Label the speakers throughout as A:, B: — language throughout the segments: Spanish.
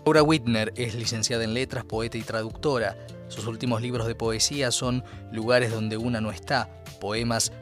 A: Laura Whitner es licenciada en Letras, poeta y traductora. Sus últimos libros de poesía son Lugares donde una no está, poemas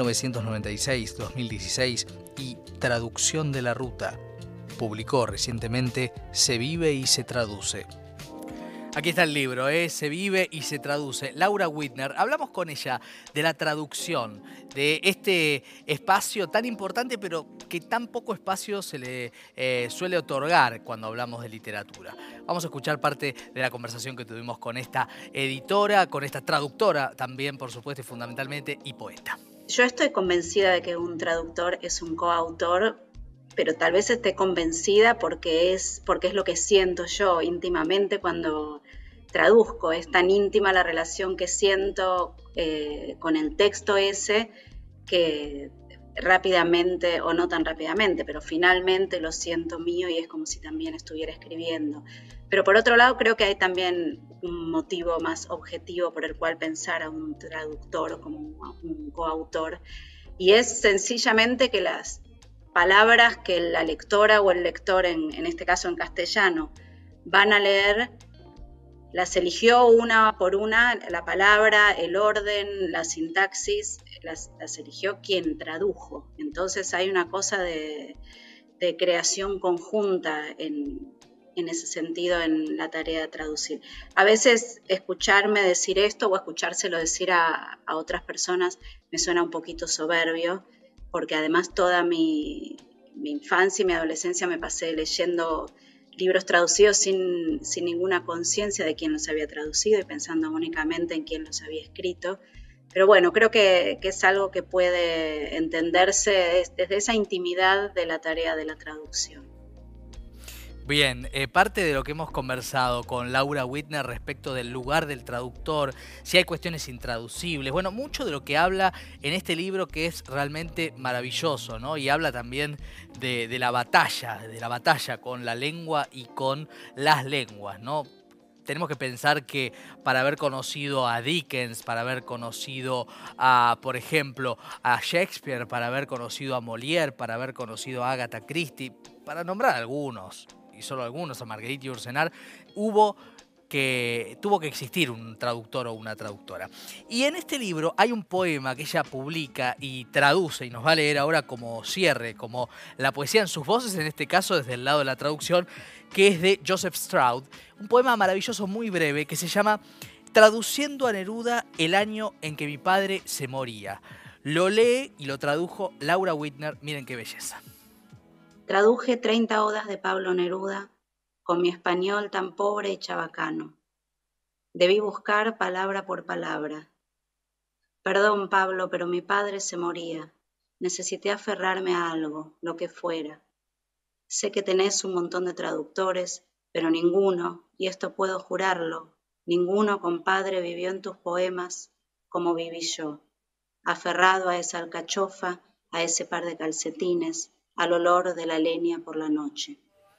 A: 1996-2016 y Traducción de la Ruta. Publicó recientemente Se vive y se traduce. Aquí está el libro, Se vive y se traduce. Laura Whitner, hablamos con ella de la traducción, de este espacio tan importante, pero que tan poco espacio se le suele otorgar cuando hablamos de literatura. Vamos a escuchar parte de la conversación que tuvimos con esta editora, con esta traductora también, por supuesto, y fundamentalmente, y poeta.
B: Yo estoy convencida de que un traductor es un coautor, pero tal vez esté convencida porque es lo que siento yo íntimamente cuando traduzco. Es tan íntima la relación que siento con el texto ese que rápidamente, o no tan rápidamente, pero finalmente lo siento mío y es como si también estuviera escribiendo. Pero por otro lado creo que hay también un motivo más objetivo por el cual pensar a un traductor como un coautor, y es sencillamente que las palabras que la lectora o el lector, en este caso en castellano, van a leer, las eligió una por una, la palabra, el orden, la sintaxis, las eligió quien tradujo. Entonces hay una cosa de creación conjunta en ese sentido en la tarea de traducir. A veces escucharme decir esto o escuchárselo decir a otras personas me suena un poquito soberbio, porque además toda mi infancia y mi adolescencia me pasé leyendo libros traducidos sin ninguna conciencia de quién los había traducido y pensando únicamente en quién los había escrito. Pero bueno, creo que es algo que puede entenderse desde esa intimidad de la tarea de la traducción.
A: Bien, parte de lo que hemos conversado con Laura Whitner respecto del lugar del traductor, si hay cuestiones intraducibles, bueno, mucho de lo que habla en este libro que es realmente maravilloso, ¿no? Y habla también de la batalla con la lengua y con las lenguas, ¿no? Tenemos que pensar que para haber conocido a Dickens, para haber conocido a, por ejemplo, a Shakespeare, para haber conocido a Molière, para haber conocido a Agatha Christie, para nombrar algunos, y solo algunos, a Marguerite Yourcenar, tuvo que existir un traductor o una traductora. Y en este libro hay un poema que ella publica y traduce, y nos va a leer ahora como cierre, como la poesía en sus voces, en este caso desde el lado de la traducción, que es de Joseph Stroud, un poema maravilloso, muy breve, que se llama Traduciendo a Neruda el año en que mi padre se moría. Lo lee y lo tradujo Laura Whitner, miren qué belleza.
B: Traduje 30 odas de Pablo Neruda con mi español tan pobre y chabacano. Debí buscar palabra por palabra. Perdón, Pablo, pero mi padre se moría. Necesité aferrarme a algo, lo que fuera. Sé que tenés un montón de traductores, pero ninguno, y esto puedo jurarlo, ninguno, compadre, vivió en tus poemas como viví yo, aferrado a esa alcachofa, a ese par de calcetines, al olor de la leña por la noche.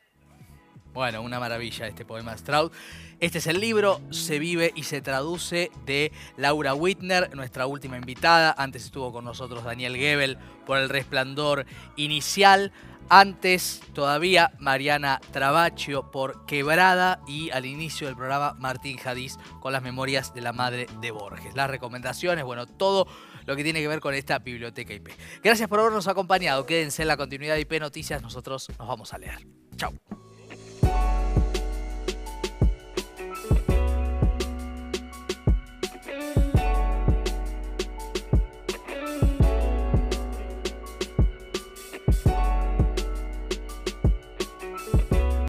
A: Bueno, una maravilla este poema de Stroud. Este es el libro Se vive y se traduce de Laura Whitner, nuestra última invitada. Antes estuvo con nosotros Daniel Gebel por El Resplandor Inicial. Antes todavía Mariana Trabacchio por Quebrada y al inicio del programa Martín Jadís con las memorias de la madre de Borges. Las recomendaciones, bueno, todo lo que tiene que ver con esta biblioteca IP. Gracias por habernos acompañado. Quédense en la continuidad de IP Noticias. Nosotros nos vamos a leer. Chau.